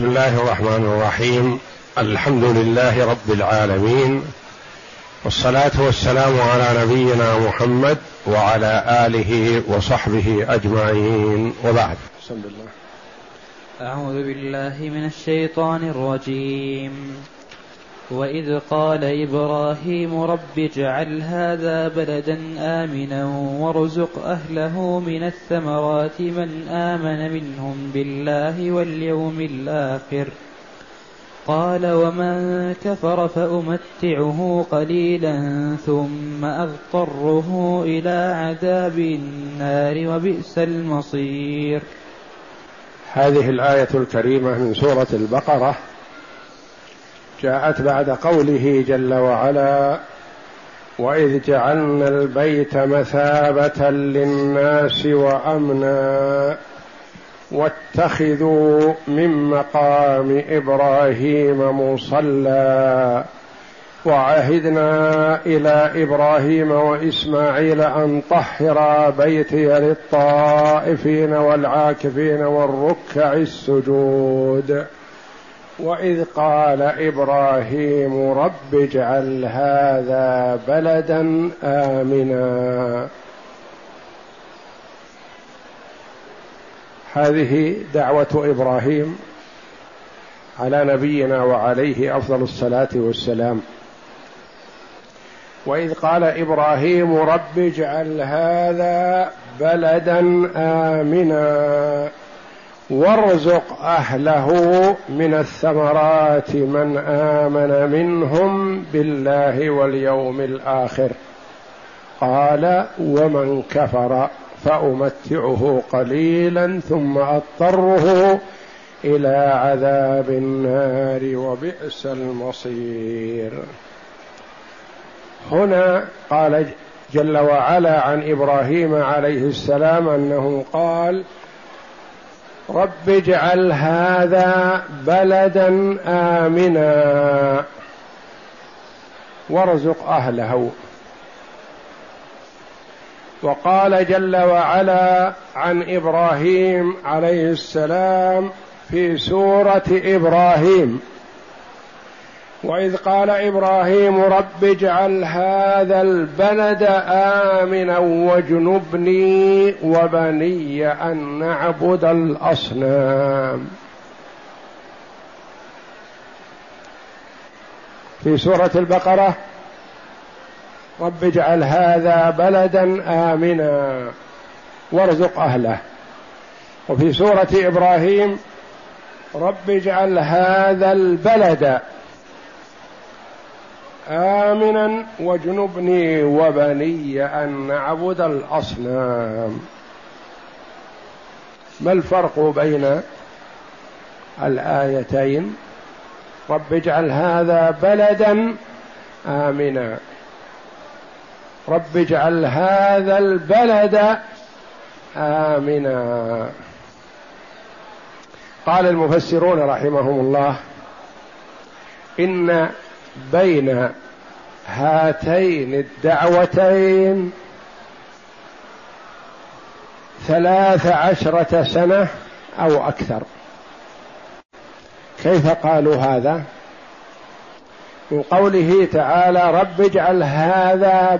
بسم الله الرحمن الرحيم. الحمد لله رب العالمين، والصلاة والسلام على نبينا محمد وعلى آله وصحبه أجمعين، وبعد. بسم الله. أعوذ بالله من الشيطان الرجيم. وإذ قال إبراهيم رب اجعل هذا بلدا آمنا وارزق أهله من الثمرات من آمن منهم بالله واليوم الآخر قال ومن كفر فأمتعه قليلا ثم أضطره إلى عذاب النار وبئس المصير. هذه الآية الكريمة من سورة البقرة جاءت بعد قوله جل وعلا: وإذ جعلنا البيت مثابة للناس وأمنا واتخذوا من مقام إبراهيم مصلى وعهدنا إلى إبراهيم وإسماعيل أن طهرا بيتي للطائفين والعاكفين والركع السجود. وإذ قال إبراهيم رب اجعل هذا بلدا آمنا. هذه دعوة إبراهيم على نبينا وعليه أفضل الصلاة والسلام. وإذ قال إبراهيم رب اجعل هذا بلدا آمنا وارزق أهله من الثمرات من آمن منهم بالله واليوم الآخر قال ومن كفر فأمتعه قليلا ثم أضطره إلى عذاب النار وبئس المصير. هنا قال جل وعلا عن إبراهيم عليه السلام أنه قال رب اجعل هذا بلدا آمنا وارزق أهله. وقال جل وعلا عن إبراهيم عليه السلام في سورة إبراهيم: وإذ قال إبراهيم رب اجعل هذا البلد آمنا واجنبني وبني أن نعبد الأصنام. في سورة البقرة رب اجعل هذا بلدا آمنا وارزق أهله. وفي سورة إبراهيم رب اجعل هذا البلد آمنا واجنبني وبني أن نعبد الأصنام. ما الفرق بين الآيتين؟ رب اجعل هذا بلدا آمنا، رب اجعل هذا البلد آمنا. قال المفسرون رحمهم الله إن بين هاتين الدعوتين 13 سنة أو أكثر. كيف قالوا هذا؟ من قوله تعالى رب اجعل هذا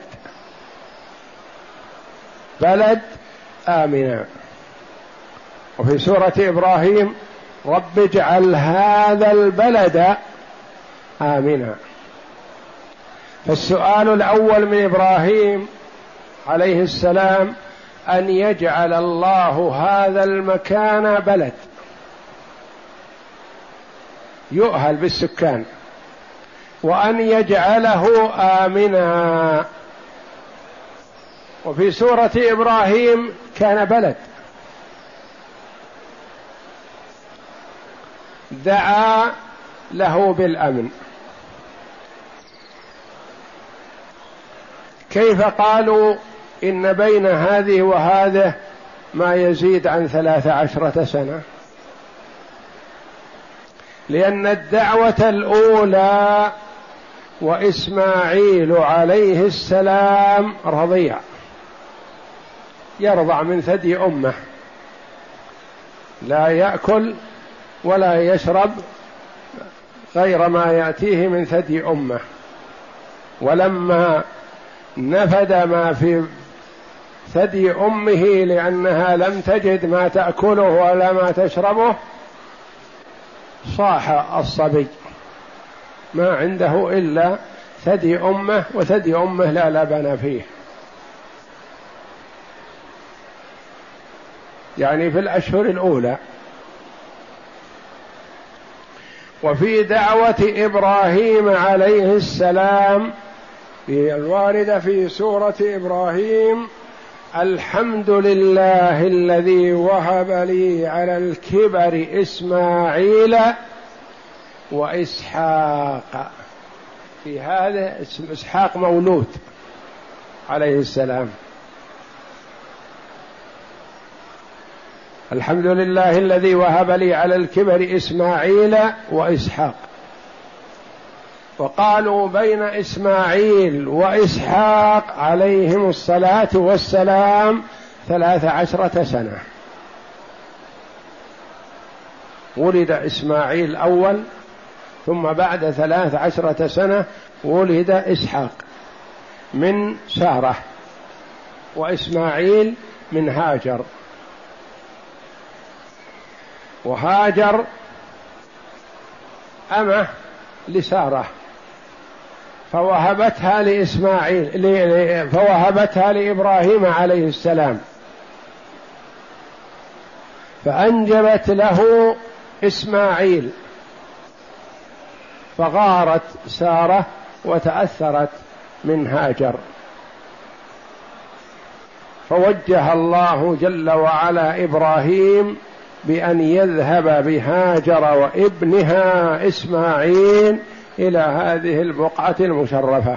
بلد آمنا، وفي سورة إبراهيم رب اجعل هذا البلد آمنا. فالسؤال الأول من إبراهيم عليه السلام أن يجعل الله هذا المكان بلد يؤهل بالسكان، وأن يجعله آمنا. وفي سورة إبراهيم كان بلد دعا له بالأمن. كيف قالوا إن بين هذه وهذه ما يزيد عن 13 سنة؟ لأن الدعوة الأولى وإسماعيل عليه السلام رضيع يرضع من ثدي أمه، لا يأكل ولا يشرب غير ما يأتيه من ثدي أمه. ولما نفد ما في ثدي أمه لأنها لم تجد ما تأكله ولا ما تشربه، صاح الصبي، ما عنده إلا ثدي أمه، وثدي أمه لا لبن فيه، يعني في الأشهر الأولى. وفي دعوة إبراهيم عليه السلام في الواردة في سورة إبراهيم: الحمد لله الذي وهب لي على الكبر إسماعيل وإسحاق. في هذا إسحاق مولود عليه السلام. الحمد لله الذي وهب لي على الكبر إسماعيل وإسحاق. وقالوا بين إسماعيل وإسحاق عليهم الصلاة والسلام 13 سنة. ولد إسماعيل أول، ثم بعد 13 سنة ولد إسحاق من سارة، وإسماعيل من هاجر. وهاجر أمه لسارة، فوهبتها فوهبتها لإبراهيم عليه السلام، فأنجبت له إسماعيل. فغارت سارة وتأثرت من هاجر، فوجه الله جل وعلا إبراهيم بأن يذهب بهاجر وابنها إسماعيل إلى هذه البقعة المشرفة.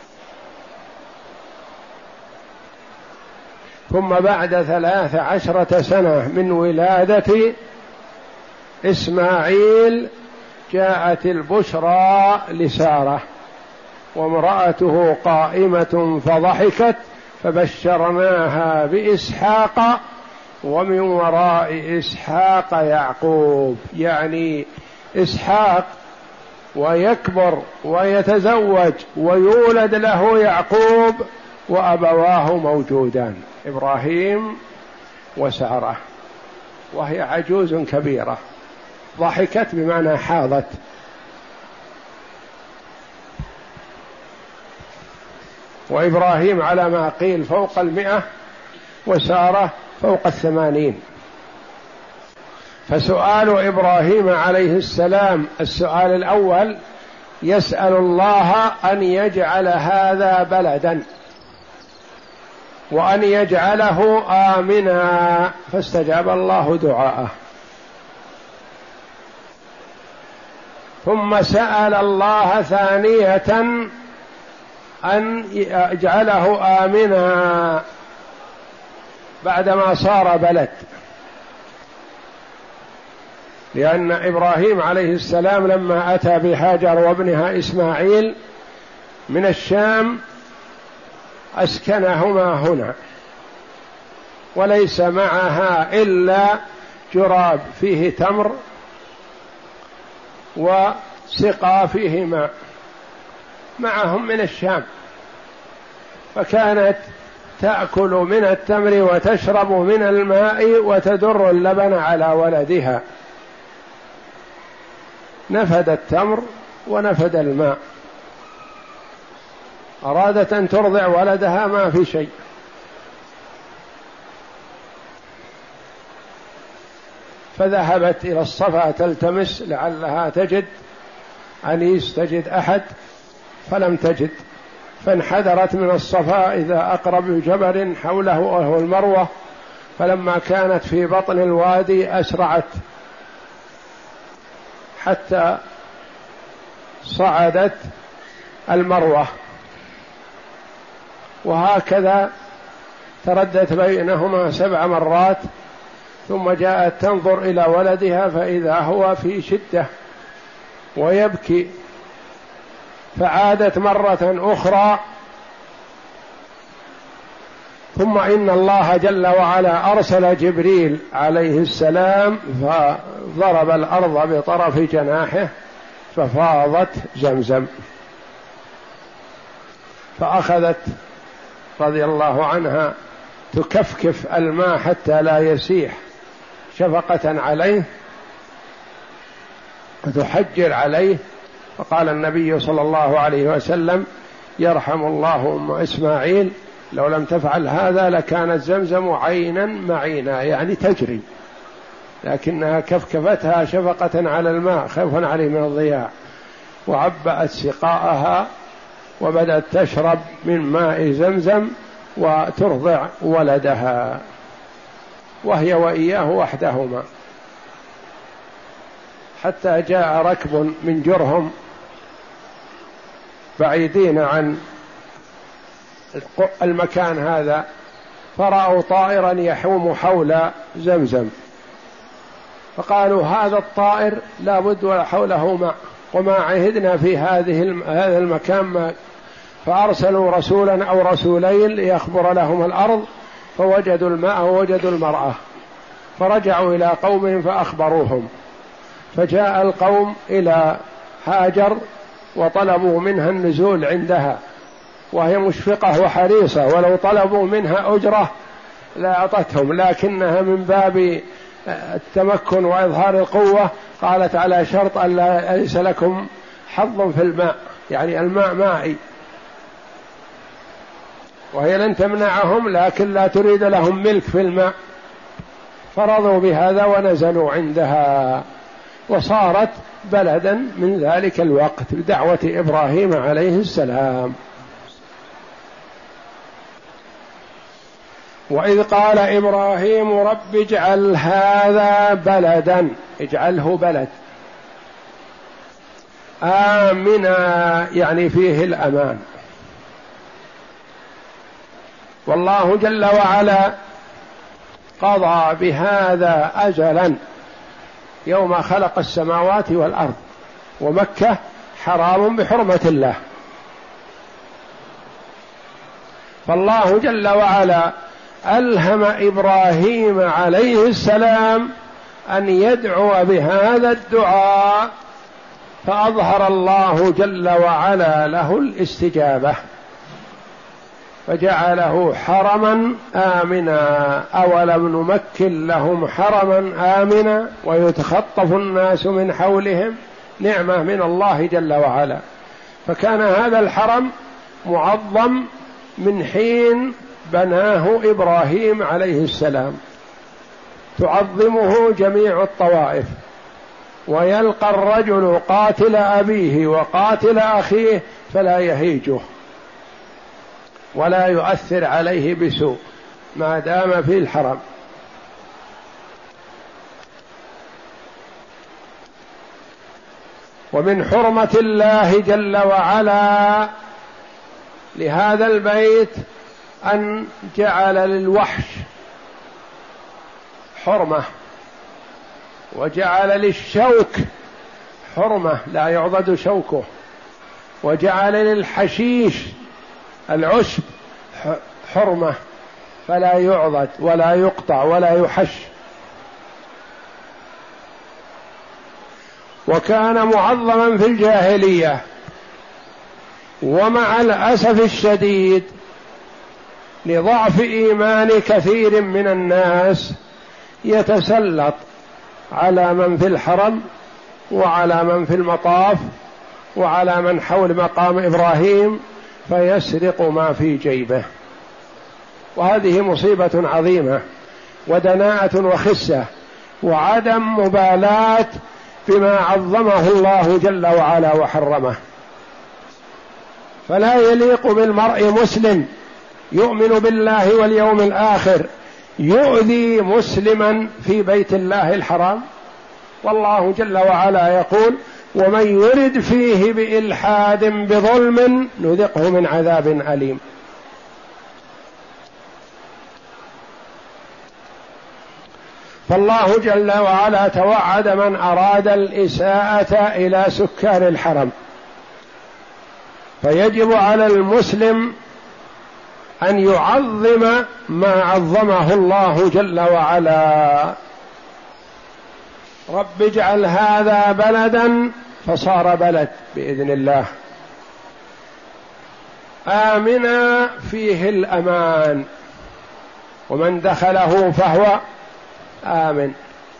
ثم بعد 13 سنة من ولادة إسماعيل جاءت البشرى لسارة وامرأته قائمة فضحكت، فبشرناها بإسحاق ومن وراء إسحاق يعقوب، يعني إسحاق ويكبر ويتزوج ويولد له يعقوب وأبواه موجودان، إبراهيم وسارة، وهي عجوز كبيرة. ضحكت بمعنى حاضت. وإبراهيم على ما قيل فوق 100، وسارة فوق 80. فسؤال إبراهيم عليه السلام السؤال الأول: يسأل الله أن يجعل هذا بلدا وأن يجعله آمنا، فاستجاب الله دعاءه. ثم سأل الله ثانية أن يجعله آمنا بعدما صار بلد، لأن إبراهيم عليه السلام لما أتى بهاجر وابنها إسماعيل من الشام أسكنهما هنا، وليس معها إلا جراب فيه تمر وسقى فيه ماء معهم من الشام، فكانت تأكل من التمر وتشرب من الماء وتدر اللبن على ولدها. نفد التمر ونفد الماء، أرادت أن ترضع ولدها ما في شيء، فذهبت إلى الصفا تلتمس لعلها تجد أنيس، تجد أحد، فلم تجد، فانحدرت من الصفا إذا أقرب جبل حوله وهو المروة، فلما كانت في بطن الوادي أسرعت حتى صعدت المروة، وهكذا تردت بينهما 7 مرات، ثم جاءت تنظر إلى ولدها فإذا هو في شدة ويبكي، فعادت مرة أخرى ثم إن الله جل وعلا أرسل جبريل عليه السلام فضرب الأرض بطرف جناحه ففاضت زمزم، فأخذت رضي الله عنها تكفكف الماء حتى لا يسيح شفقة عليه وتحجر عليه. فقال النبي صلى الله عليه وسلم: يرحم الله أم إسماعيل، لو لم تفعل هذا لكانت زمزم عينا معينا، يعني تجري، لكنها كفكفتها شفقة على الماء خوفا عليه من الضياع، وعبأت سقاءها وبدأت تشرب من ماء زمزم وترضع ولدها، وهي وإياه وحدهما، حتى جاء ركب من جرهم بعيدين عن المكان هذا، فرأوا طائرا يحوم حول زمزم، فقالوا: هذا الطائر لا بد وحوله ماء، وما عهدنا في هذا المكان ماء. فأرسلوا رسولا أو رسولين ليخبر لهم الأرض، فوجدوا الماء ووجدوا المرأة، فرجعوا إلى قومهم فأخبروهم، فجاء القوم إلى هاجر وطلبوا منها النزول عندها، وهي مشفقة وحريصة، ولو طلبوا منها أجرة لا أعطتهم، لكنها من باب التمكن وإظهار القوة قالت: على شرط أن ليس لكم حظ في الماء، يعني الماء مائي، وهي لن تمنعهم لكن لا تريد لهم ملك في الماء. فرضوا بهذا ونزلوا عندها، وصارت بلدا من ذلك الوقت بدعوة إبراهيم عليه السلام. وإذ قال إبراهيم: رب اجعل هذا بلدا، اجعله بلد آمنا، يعني فيه الأمان. والله جل وعلا قضى بهذا أجلا يوم خلق السماوات والأرض، ومكة حرام بحرمة الله، فالله جل وعلا ألهم إبراهيم عليه السلام أن يدعو بهذا الدعاء، فأظهر الله جل وعلا له الاستجابة، فجعله حرما آمنا. أولم نمكن لهم حرما آمنا ويتخطف الناس من حولهم، نعمة من الله جل وعلا. فكان هذا الحرم معظم من حين بناه إبراهيم عليه السلام، تعظمه جميع الطوائف، ويلقى الرجل قاتل أبيه وقاتل أخيه فلا يهيجه ولا يؤثر عليه بسوء ما دام في الحرم. ومن حرمة الله جل وعلا لهذا البيت أن جعل للوحش حرمة، وجعل للشوك حرمة لا يعضد شوكه، وجعل للحشيش العشب حرمة فلا يعضد ولا يقطع ولا يحش. وكان معظما في الجاهلية، ومع الأسف الشديد لضعف إيمان كثير من الناس يتسلط على من في الحرم وعلى من في المطاف وعلى من حول مقام إبراهيم فيسرق ما في جيبه، وهذه مصيبة عظيمة ودناءة وخسة وعدم مبالاة بما عظمه الله جل وعلا وحرمه. فلا يليق بالمرء مسلم يؤمن بالله واليوم الآخر يؤذي مسلما في بيت الله الحرام. والله جل وعلا يقول: ومن يرد فيه بإلحاد بظلم نذقه من عذاب أليم. فالله جل وعلا توعد من أراد الإساءة إلى سكان الحرم، فيجب على المسلم أن يعظم ما عظمه الله جل وعلا. رب اجعل هذا بلدا، فصار بلد بإذن الله، آمنا فيه الأمان، ومن دخله فهو آمن.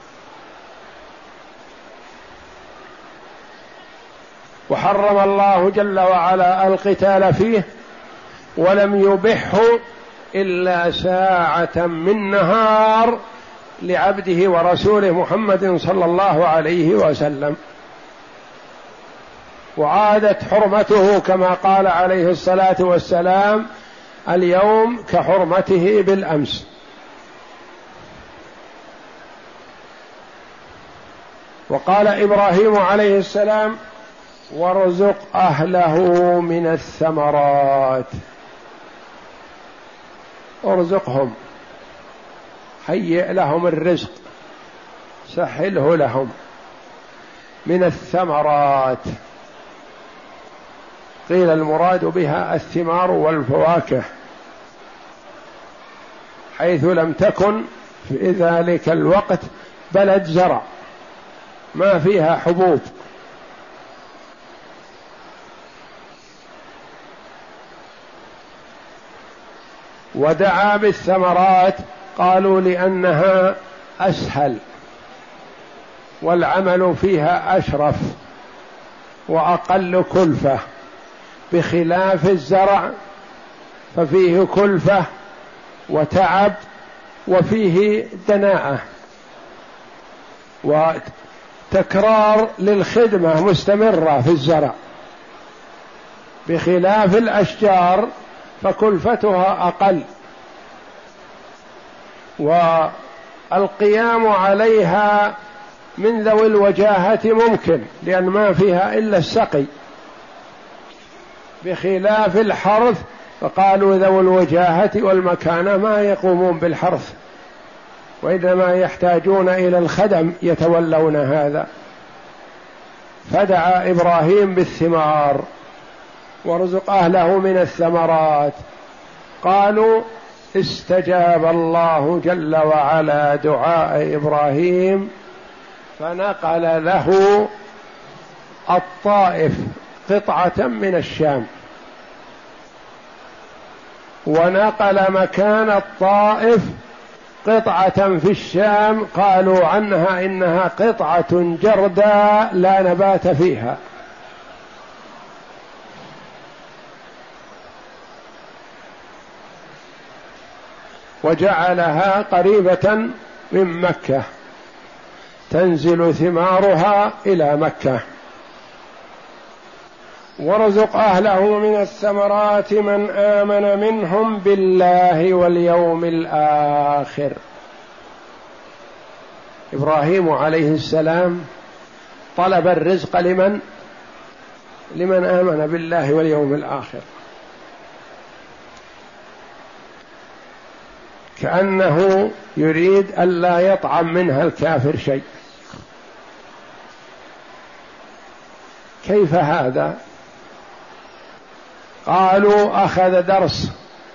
وحرم الله جل وعلا القتال فيه، ولم يبحه إلا ساعة من نهار لعبده ورسوله محمد صلى الله عليه وسلم، وعادت حرمته كما قال عليه الصلاة والسلام: اليوم كحرمته بالأمس. وقال إبراهيم عليه السلام: وارزق أهله من الثمرات. ارزقهم، هيئ لهم الرزق، سهله لهم من الثمرات. قيل المراد بها الثمار والفواكه، حيث لم تكن في ذلك الوقت بلد زرع، ما فيها حبوب. ودعا بالثمرات، قالوا لأنها أسهل والعمل فيها أشرف وأقل كلفة، بخلاف الزرع ففيه كلفة وتعب وفيه دناءة وتكرار للخدمة مستمرة في الزرع، بخلاف الأشجار فكلفتها أقل، والقيام عليها من ذوي الوجاهة ممكن، لأن ما فيها إلا السقي، بخلاف الحرث فقالوا ذوي الوجاهة والمكانة ما يقومون بالحرث، وإنما يحتاجون إلى الخدم يتولون هذا. فدعا إبراهيم بالثمار: وارزق أهله من الثمرات. قالوا: استجاب الله جل وعلا دعاء إبراهيم، فنقل له الطائف قطعة من الشام، ونقل مكان الطائف قطعة في الشام قالوا عنها إنها قطعة جرداء لا نبات فيها، وجعلها قريبة من مكة تنزل ثمارها إلى مكة. وارزق أهله من الثمرات من آمن منهم بالله واليوم الآخر. إبراهيم عليه السلام طلب الرزق لمن آمن بالله واليوم الآخر، كأنه يريد ألا يطعم منها الكافر شيء. كيف هذا؟ قالوا: أخذ درس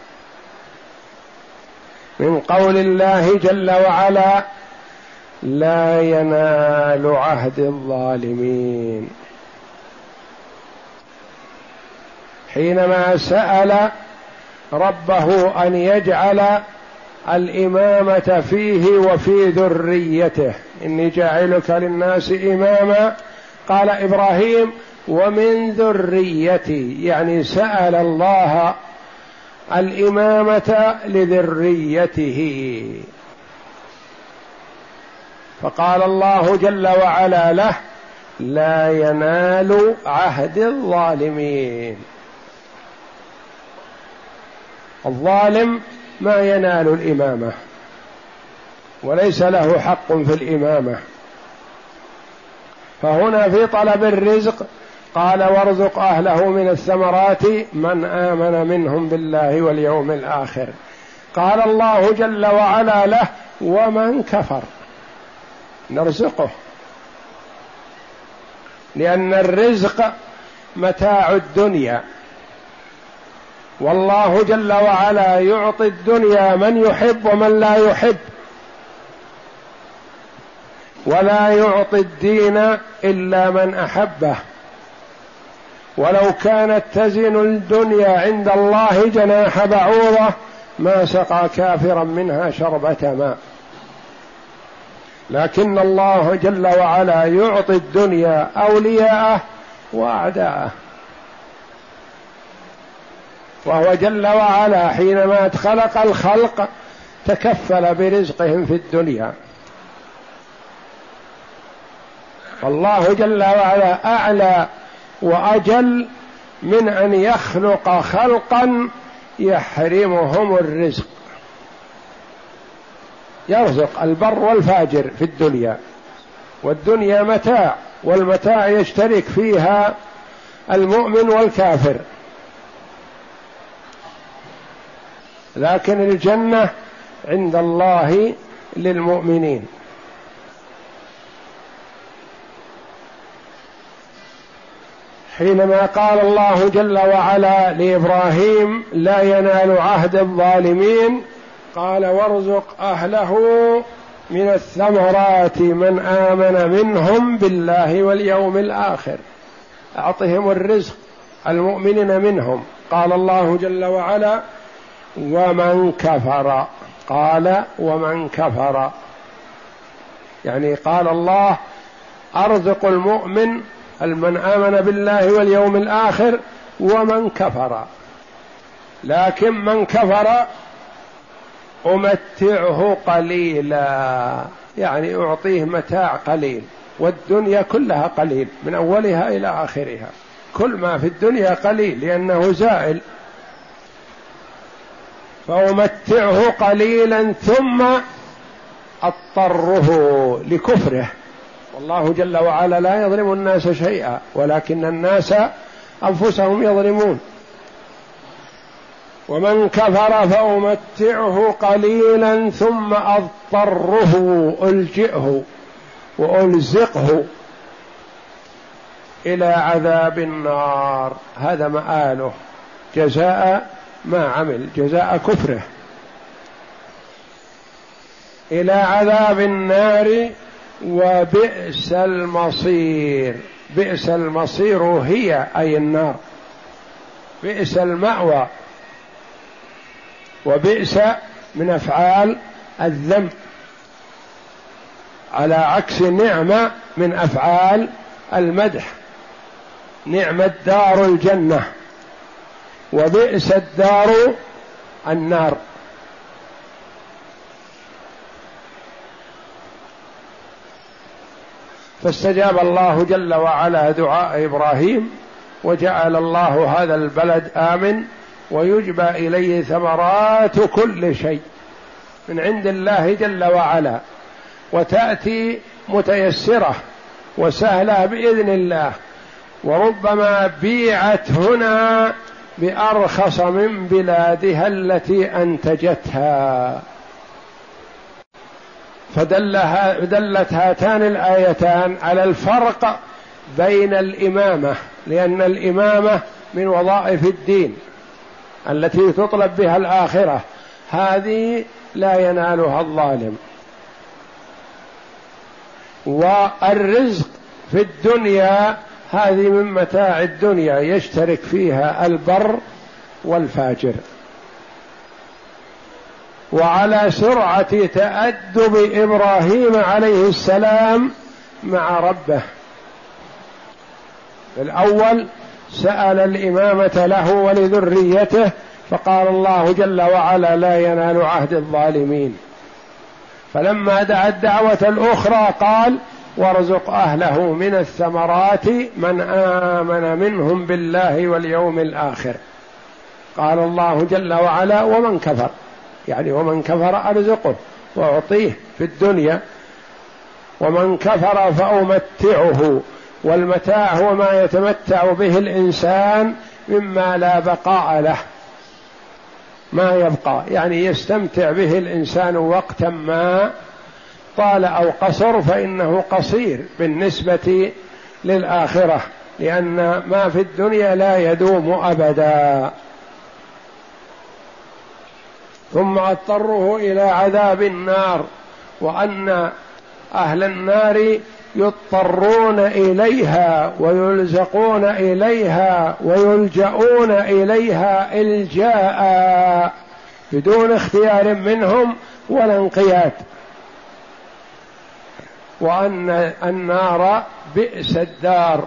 من قول الله جل وعلا: لا ينال عهد الظالمين. حينما سأل ربه أن يجعل الإمامة فيه وفي ذريته، إني جاعلك للناس إماما، قال إبراهيم: ومن ذريتي، يعني سأل الله الإمامة لذريته. فقال الله جل وعلا له: لا ينال عهد الظالمين. الظالم ما ينال الإمامة، وليس له حق في الإمامة. فهنا في طلب الرزق قال: وارزق أهله من الثمرات من آمن منهم بالله واليوم الآخر. قال الله جل وعلا له: ومن كفر نرزقه، لأن الرزق متاع الدنيا، والله جل وعلا يعطي الدنيا من يحب ومن لا يحب، ولا يعطي الدين إلا من أحبه. ولو كانت تزن الدنيا عند الله جناح بعوضة ما سقى كافرا منها شربة ماء، لكن الله جل وعلا يعطي الدنيا أولياءه وأعداءه. وهو جل وعلا حينما خلق الخلق تكفل برزقهم في الدنيا. والله جل وعلا أعلى وأجل من أن يخلق خلقا يحرمهم الرزق. يرزق البر والفاجر في الدنيا، والدنيا متاع، والمتاع يشترك فيها المؤمن والكافر، لكن الجنة عند الله للمؤمنين. حينما قال الله جل وعلا لإبراهيم لا ينال عهد الظالمين، قال وارزق أهله من الثمرات من آمن منهم بالله واليوم الآخر، أعطهم الرزق المؤمنين منهم. قال الله جل وعلا ومن كفر، قال ومن كفر، يعني قال الله أرزق المؤمن من آمن بالله واليوم الآخر ومن كفر، لكن من كفر أمتعه قليلا، يعني أعطيه متاع قليل، والدنيا كلها قليل من أولها إلى آخرها، كل ما في الدنيا قليل لأنه زائل، فأمتعه قليلا ثم أضطره لكفره. والله جل وعلا لا يظلم الناس شيئا ولكن الناس أنفسهم يظلمون. ومن كفر فأمتعه قليلا ثم أضطره، ألجئه وألزقه إلى عذاب النار، هذا مآله جزاء ما عمل، جزاء كفره، إلى عذاب النار وبئس المصير. بئس المصير هي أي النار، بئس المأوى، وبئس من أفعال الذم، على عكس نعمة من أفعال المدح. نعم الدار الجنة، وبئس الدار النار. فاستجاب الله جل وعلا دعاء إبراهيم، وجعل الله هذا البلد آمن ويجبى إليه ثمرات كل شيء من عند الله جل وعلا، وتأتي متيسرة وسهلة بإذن الله، وربما بيعت هنا بأرخص من بلادها التي أنتجتها. فدلت هاتان الآيتان على الفرق بين الإمامة، لأن الإمامة من وظائف الدين التي تطلب بها الآخرة، هذه لا ينالها الظالم. والرزق في الدنيا هذه من متاع الدنيا يشترك فيها البر والفاجر. وعلى سرعة تأدب إبراهيم عليه السلام مع ربه، الأول سأل الإمامة له ولذريته، فقال الله جل وعلا لا ينال عهد الظالمين. فلما دعا الدعوة الأخرى قال وارزق أهله من الثمرات من آمن منهم بالله واليوم الآخر. قال الله جل وعلا ومن كفر، يعني ومن كفر أرزقه وأعطيه في الدنيا، ومن كفر فأمتعه، والمتاع هو ما يتمتع به الإنسان مما لا بقاء له، ما يبقى، يعني يستمتع به الإنسان وقتا ما طال أو قصر، فإنه قصير بالنسبة للآخرة، لأن ما في الدنيا لا يدوم أبدا. ثم اضطروه إلى عذاب النار، وأن أهل النار يضطرون إليها ويلزقون إليها ويلجؤون إليها إلجاء بدون اختيار منهم ولا انقياد، وأن النار بئس الدار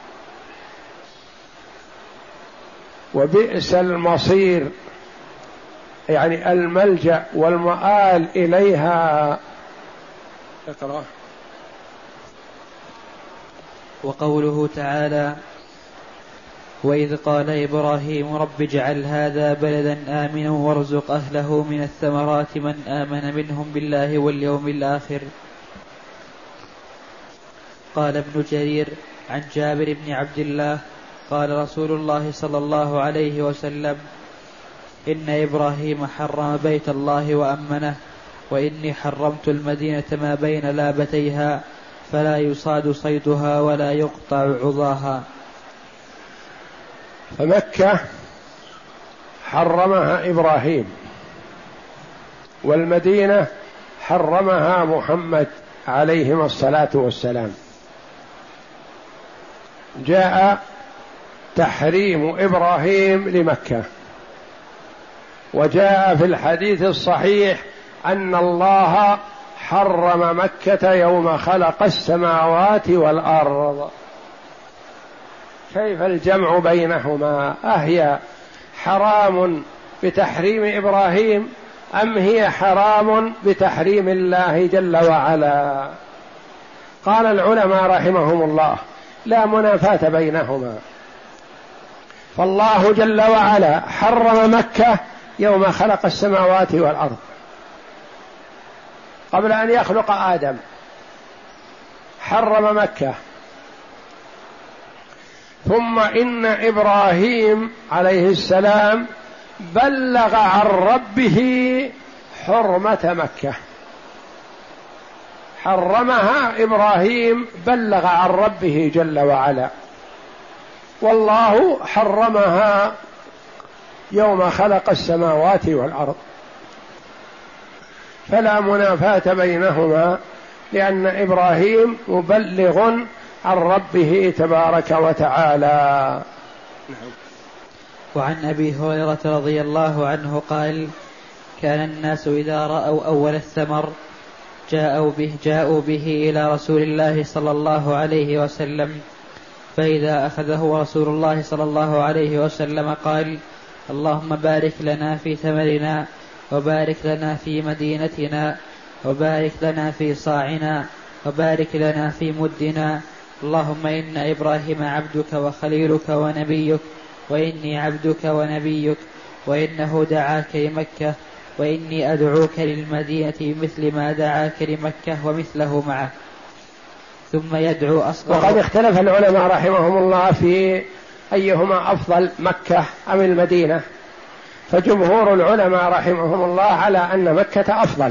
وبئس المصير، يعني الملجأ والمآل إليها. اقرأ. وقوله تعالى: وإذ قال إبراهيم رب اجعل هذا بلدا آمنا وارزق أهله من الثمرات من آمن منهم بالله واليوم الآخر. قال ابن جرير عن جابر بن عبد الله قال رسول الله صلى الله عليه وسلم: إن إبراهيم حرم بيت الله وأمنه، وإني حرمت المدينة ما بين لابتيها فلا يصاد صيدها ولا يقطع عضاها. فمكة حرمها إبراهيم، والمدينة حرمها محمد عليهما الصلاة والسلام. جاء تحريم إبراهيم لمكة، وجاء في الحديث الصحيح أن الله حرم مكة يوم خلق السماوات والأرض. كيف الجمع بينهما؟ أهي حرام بتحريم إبراهيم أم هي حرام بتحريم الله جل وعلا؟ قال العلماء رحمهم الله: لا منافاة بينهما، فالله جل وعلا حرم مكة يوم خلق السماوات والأرض قبل أن يخلق آدم، حرم مكة. ثم إن إبراهيم عليه السلام بلغ عن ربه حرمة مكة، حرمها إبراهيم، بلغ عن ربه جل وعلا، والله حرمها يوم خلق السماوات والأرض. فلا منافاة بينهما، لأن إبراهيم مبلغ عن ربه تبارك وتعالى. وعن أبي هريرة رضي الله عنه قال: كان الناس إذا رأوا أول الثمر جاءوا به إلى رسول الله صلى الله عليه وسلم، فإذا أخذه رسول الله صلى الله عليه وسلم قال: اللهم بارك لنا في ثمرنا، وبارك لنا في مدينتنا، وبارك لنا في صاعنا، وبارك لنا في مدنا. اللهم إن إبراهيم عبدك وخليلك ونبيك، وإني عبدك ونبيك، وإنه دعاك لمكة، وإني أدعوك للمدينة مثل ما دعاك لمكة ومثله معه. ثم يدعو أصغر. وقد اختلف العلماء رحمهم الله في أيهما أفضل، مكة أم المدينة، فجمهور العلماء رحمهم الله على أن مكة أفضل،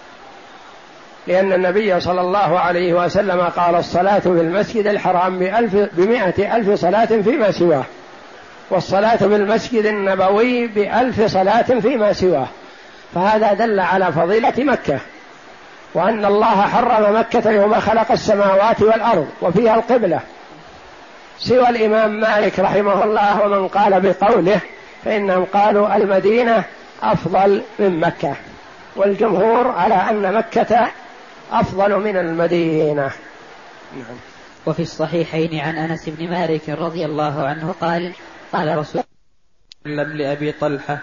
لأن النبي صلى الله عليه وسلم قال: الصلاة في المسجد الحرام ب100,000 صلاة فيما سواه، والصلاة في المسجد النبوي ب1000 صلاة فيما سواه. فهذا دل على فضيلة مكة، وأن الله حرم مكة يوم خلق السماوات والأرض، وفيها القبلة، سوى الإمام مالك رحمه الله ومن قال بقوله، فإنهم قالوا المدينة أفضل من مكة، والجمهور على أن مكة أفضل من المدينة. نعم. وفي الصحيحين عن أنس بن مالك رضي الله عنه قال: قال رسول الله لأبي طلحة: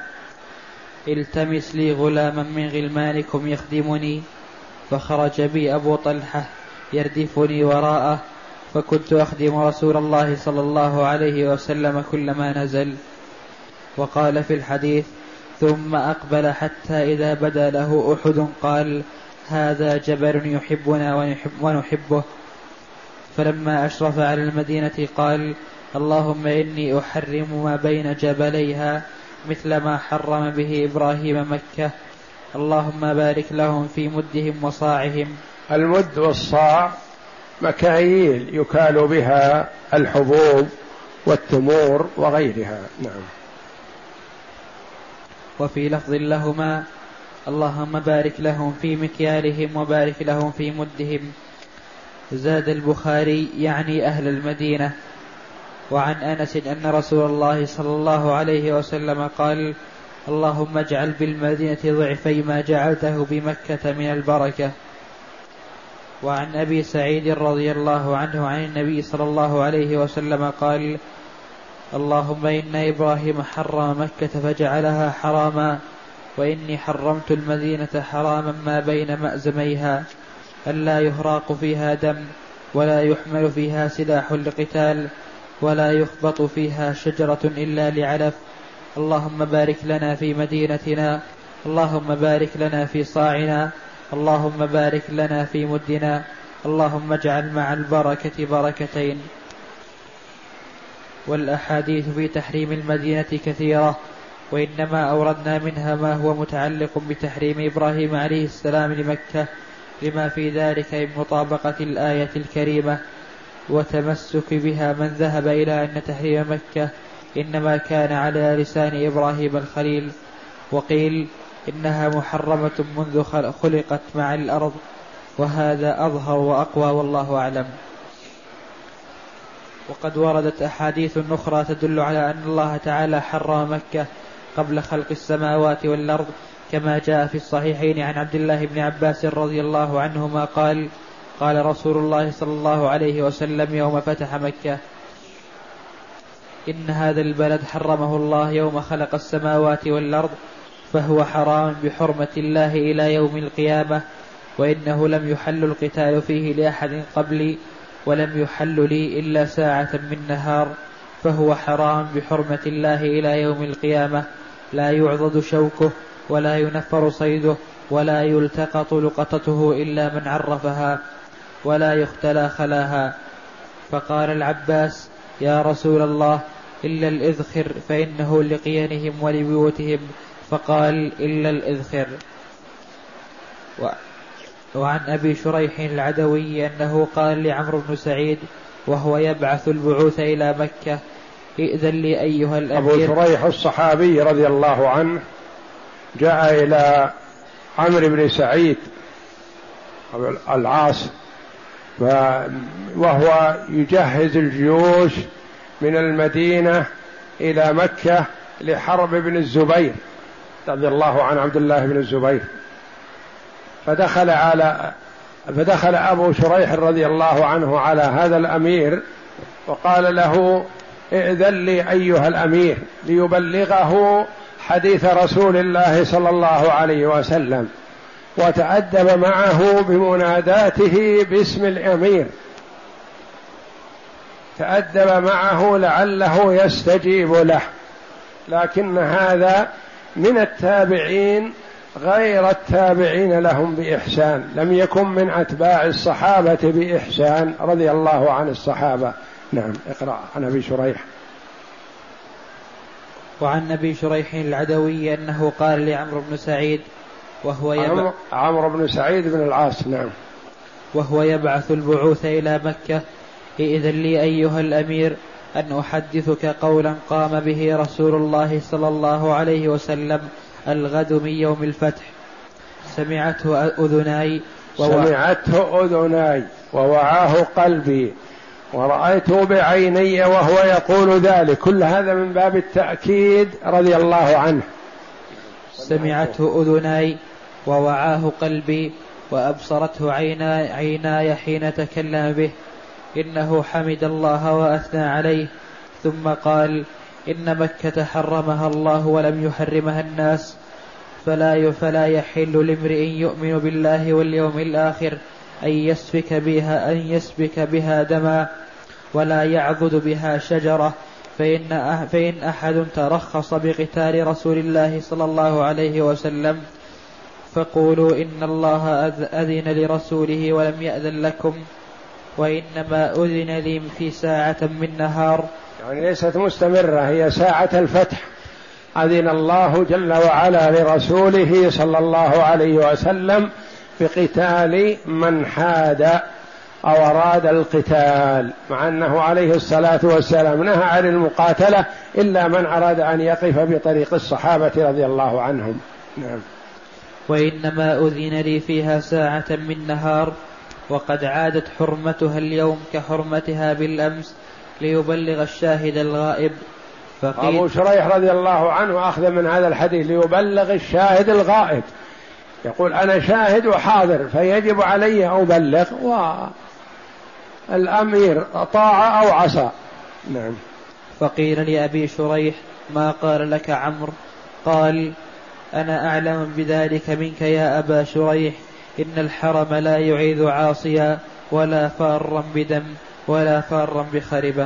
التمس لي غلاما من غلمانكم يخدمني، فخرج بي أبو طلحة يردفني وراءه، فكنت أخدم رسول الله صلى الله عليه وسلم كلما نزل. وقال في الحديث: ثم أقبل حتى إذا بدا له أحد قال: هذا جبل يحبنا ونحبه. فلما أشرف على المدينة قال: اللهم إني أحرم ما بين جبليها مثل ما حرم به إبراهيم مكة، اللهم بارك لهم في مدهم وصاعهم. المد والصاع مكاييل يكال بها الحبوب والتمور وغيرها. نعم. وفي لفظ لهما: اللهم بارك لهم في مكيالهم وبارك لهم في مدهم. زاد البخاري يعني أهل المدينة. وعن أنس أن رسول الله صلى الله عليه وسلم قال: اللهم اجعل بالمدينة ضعفي ما جعلته بمكة من البركة. وعن أبي سعيد رضي الله عنه عن النبي صلى الله عليه وسلم قال: اللهم إن إبراهيم حرم مكة فجعلها حراما، وإني حرمت المدينة حراما ما بين مأزميها، ألا يهراق فيها دم، ولا يحمل فيها سلاح لقتال، ولا يخبط فيها شجرة إلا لعلف. اللهم بارك لنا في مدينتنا، اللهم بارك لنا في صاعنا، اللهم بارك لنا في مدنا، اللهم اجعل مع البركة بركتين. والأحاديث في تحريم المدينة كثيرة، وإنما أوردنا منها ما هو متعلق بتحريم إبراهيم عليه السلام لمكة، لما في ذلك من مطابقة الآية الكريمة وتمسك بها من ذهب إلى أن تحريم مكة إنما كان على لسان إبراهيم الخليل، وقيل إنها محرمة منذ خلقت مع الأرض، وهذا أظهر وأقوى والله أعلم. وقد وردت أحاديث أخرى تدل على أن الله تعالى حرم مكة قبل خلق السماوات والأرض، كما جاء في الصحيحين عن عبد الله بن عباس رضي الله عنهما قال: قال رسول الله صلى الله عليه وسلم يوم فتح مكة: إن هذا البلد حرمه الله يوم خلق السماوات والأرض، فهو حرام بحرمة الله إلى يوم القيامة، وإنه لم يحل القتال فيه لأحد قبلي، ولم يحل لي إلا ساعة من نهار، فهو حرام بحرمة الله إلى يوم القيامة، لا يعضد شوكه، ولا ينفر صيده، ولا يلتقط لقطته إلا من عرفها، ولا يختلى خلاها. فقال العباس: يا رسول الله، إلا الإذخر فإنه لقيانهم ولبيوتهم. فقال: إلا الإذخر. وعن أبي شريح العدوي أنه قال لعمرو بن سعيد وهو يبعث البعوث إلى مكة: ائذن لي أيها الأمير. أبو شريح الصحابي رضي الله عنه جاء إلى عمرو بن سعيد العاص وهو يجهز الجيوش من المدينة إلى مكة لحرب ابن الزبير رضي الله عن عبد الله بن الزبير، فدخل أبو شريح رضي الله عنه على هذا الأمير وقال له: ائذن لي أيها الأمير، ليبلغه حديث رسول الله صلى الله عليه وسلم، وتأدب معه بمناداته باسم الأمير، تأدب معه لعله يستجيب له، لكن هذا من التابعين غير التابعين لهم بإحسان، لم يكن من أتباع الصحابة بإحسان رضي الله عن الصحابة. نعم، اقرأ عن أبي شريح. وعن أبي شريح العدوي أنه قال لعمرو بن سعيد عمرو بن سعيد بن العاص، نعم، وهو يبعث البعوث إلى مكة: ائذن لي أيها الأمير أن أحدثك قولا قام به رسول الله صلى الله عليه وسلم الغد من يوم الفتح، سمعته أذناي ووعاه قلبي، ورأيته بعيني وهو يقول ذلك. كل هذا من باب التأكيد رضي الله عنه. سمعته أذناي ووعاه قلبي وأبصرته عيناي حين تكلم به، إنه حمد الله وأثنى عليه، ثم قال: إن مكة حرمها الله ولم يحرمها الناس، فلا يحل لامرئ يؤمن بالله واليوم الآخر أن يسفك بها دما، ولا يعضد بها شجرة، فإن أحد ترخص بقتال رسول الله صلى الله عليه وسلم فقولوا إن الله أذن لرسوله ولم يأذن لكم، وإنما أذن لي في ساعة من نهار، يعني ليست مستمرة، هي ساعة الفتح أذن الله جل وعلا لرسوله صلى الله عليه وسلم بقتال من حاد أو أراد القتال، مع أنه عليه الصلاة والسلام نهى عن المقاتلة إلا من أراد أن يقف بطريق الصحابة رضي الله عنهم. نعم. وإنما أذن لي فيها ساعة من نهار، وقد عادت حرمتها اليوم كحرمتها بالأمس، ليبلغ الشاهد الغائب. أبو شريح رضي الله عنه أخذ من هذا الحديث ليبلغ الشاهد الغائب، يقول أنا شاهد وحاضر فيجب علي أبلغ، والأمير طاع أو عصى. نعم. فقيل لأبي شريح ما قال لك عمرو؟ قال أنا أعلم بذلك منك يا أبا شريح، إن الحرم لا يعيذ عاصيا ولا فارا بدم ولا فارا بخربة.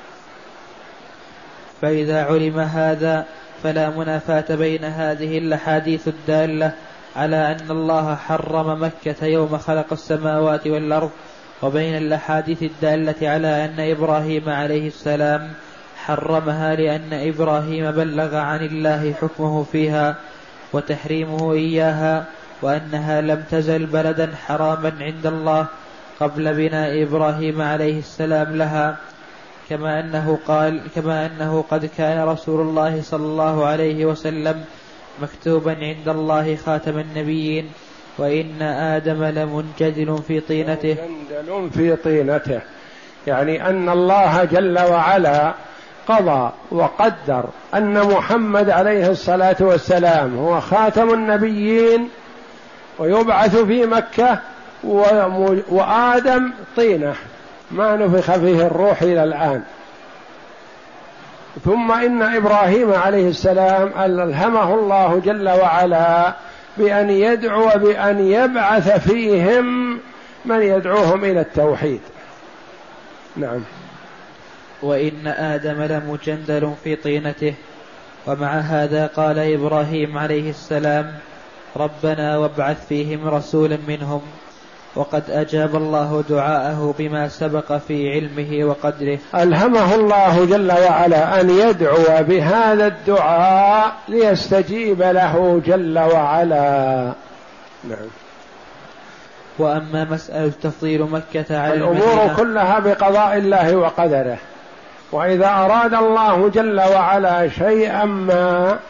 فإذا علم هذا فلا منافاة بين هذه الأحاديث الدالة على أن الله حرم مكة يوم خلق السماوات والأرض، وبين الأحاديث الدالة على أن إبراهيم عليه السلام حرمها لأن إبراهيم بلغ عن الله حكمه فيها وتحريمه إياها، وأنها لم تزل بلدا حراما عند الله قبل بناء إبراهيم عليه السلام لها، كما أنه قد كان رسول الله صلى الله عليه وسلم مكتوبا عند الله خاتم النبيين، وإن آدم لمنجدل في طينته، يعني أن الله جل وعلا قضى وقدر أن محمد عليه الصلاة والسلام هو خاتم النبيين ويبعث في مكة، وآدم طينة ما نفخ فيه الروح إلى الآن. ثم إن إبراهيم عليه السلام ألهمه الله جل وعلا بأن يدعو بأن يبعث فيهم من يدعوهم إلى التوحيد. نعم. وإن آدم لمجندل في طينته. ومع هذا قال إبراهيم عليه السلام ربنا وابعث فيهم رسولا منهم، وقد أجاب الله دعاءه بما سبق في علمه وقدره. ألهمه الله جل وعلا أن يدعو بهذا الدعاء ليستجيب له جل وعلا. نعم. وأما مسألة تفضيل مكة على الأمور كلها بقضاء الله وقدره، وإذا أراد الله جل وعلا شيئا ما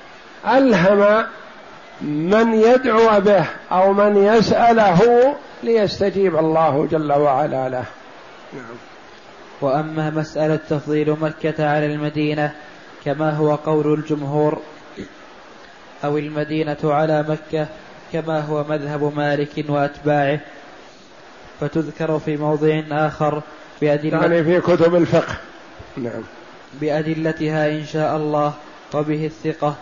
ألهم من يدعو به أو من يسأله ليستجيب الله جل وعلا له. نعم. وأما مسألة تفضيل مكة على المدينة كما هو قول الجمهور، أو المدينة على مكة كما هو مذهب مالك وأتباعه، فتذكر في موضع آخر يعني في كتب الفقه. نعم. بأدلتها إن شاء الله وبه الثقة.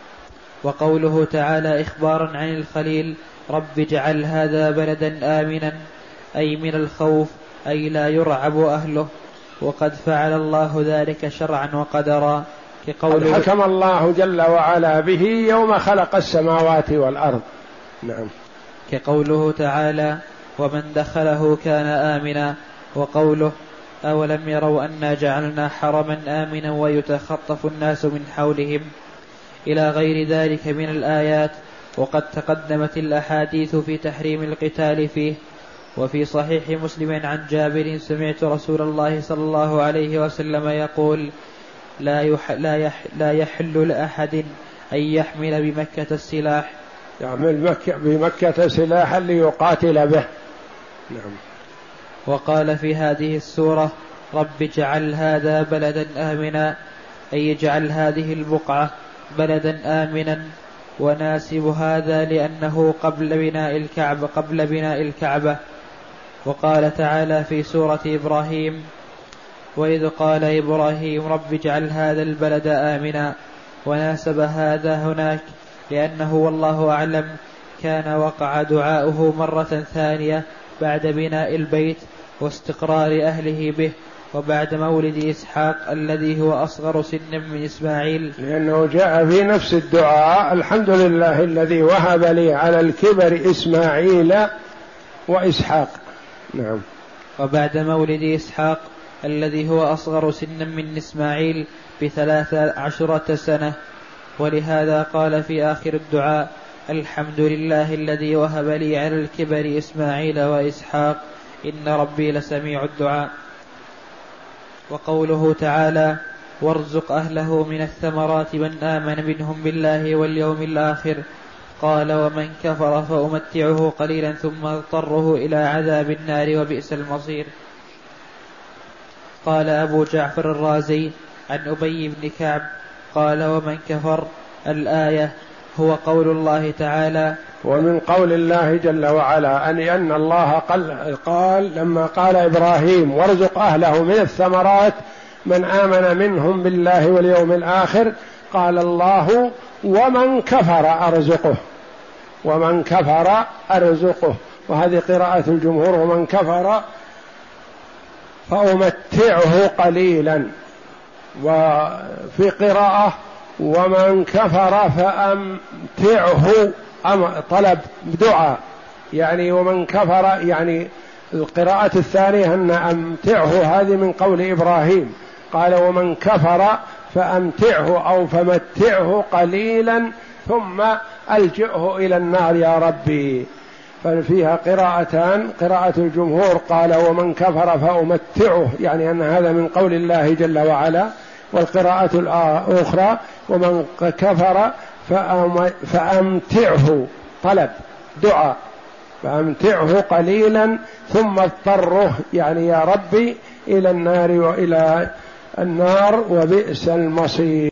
وقوله تعالى إخبارا عن الخليل رب اجعل هذا بلدا آمنا، أي من الخوف، أي لا يرعب أهله، وقد فعل الله ذلك شرعا وقدرا، قد حكم الله جل وعلا به يوم خلق السماوات والأرض. نعم. كقوله تعالى ومن دخله كان آمنا، وقوله أولم يروا أنا جعلنا حرما آمنا ويتخطف الناس من حولهم، إلى غير ذلك من الآيات. وقد تقدمت الأحاديث في تحريم القتال فيه. وفي صحيح مسلم عن جابر سمعت رسول الله صلى الله عليه وسلم يقول لا يحل لأحد أن يحمل بمكة السلاح، يعمل بمكة سلاحا ليقاتل به. نعم. وقال في هذه السورة رب اجعل هذا بلدا آمنا، أي اجعل هذه البقعة بلدا آمنا، وناسب هذا لأنه قبل بناء الكعبة. وقال تعالى في سورة إبراهيم وإذ قال إبراهيم رب اجعل هذا البلد آمنا، وناسب هذا هناك لأنه والله أعلم كان وقع دعاؤه مرة ثانية بعد بناء البيت واستقرار أهله به، وبعد مولد إسحاق الذي هو أصغر سنا من إسماعيل، لأنه جاء في نفس الدعاء الحمد لله الذي وهب لي على الكبر إسماعيل وإسحاق. نعم. وبعد مولد إسحاق الذي هو أصغر سنا من إسماعيل ب13 سنة. ولهذا قال في آخر الدعاء الحمد لله الذي وهب لي على الكبر إسماعيل وإسحاق إن ربي لسميع الدعاء. وقوله تعالى وارزق أهله من الثمرات من آمن منهم بالله واليوم الآخر، قال ومن كفر فأمتعه قليلا ثم اضطره إلى عذاب النار وبئس المصير. قال أبو جعفر الرازي عن أبي بن كعب قال ومن كفر الآية هو قول الله تعالى. ومن قول الله جل وعلا أن الله قال لما قال إبراهيم وارزق أهله من الثمرات من آمن منهم بالله واليوم الآخر، قال الله ومن كفر أرزقه، ومن كفر أرزقه، وهذه قراءة الجمهور ومن كفر فأمتعه قليلا، وفي قراءة ومن كفر فأمتعه طلب دعاء، يعني ومن كفر يعني القراءة الثانية أن أمتعه هذه من قول إبراهيم، قال ومن كفر فأمتعه أو فمتعه قليلا ثم ألجئه إلى النار يا ربي. ففيها قراءتان، قراءة الجمهور قال ومن كفر فأمتعه، يعني أن هذا من قول الله جل وعلا، والقراءة الأخرى ومن كفر فأمتعه طلب دعاء، فأمتعه قليلا ثم اضطره، يعني يا ربي إلى النار وإلى النار وبئس المصير.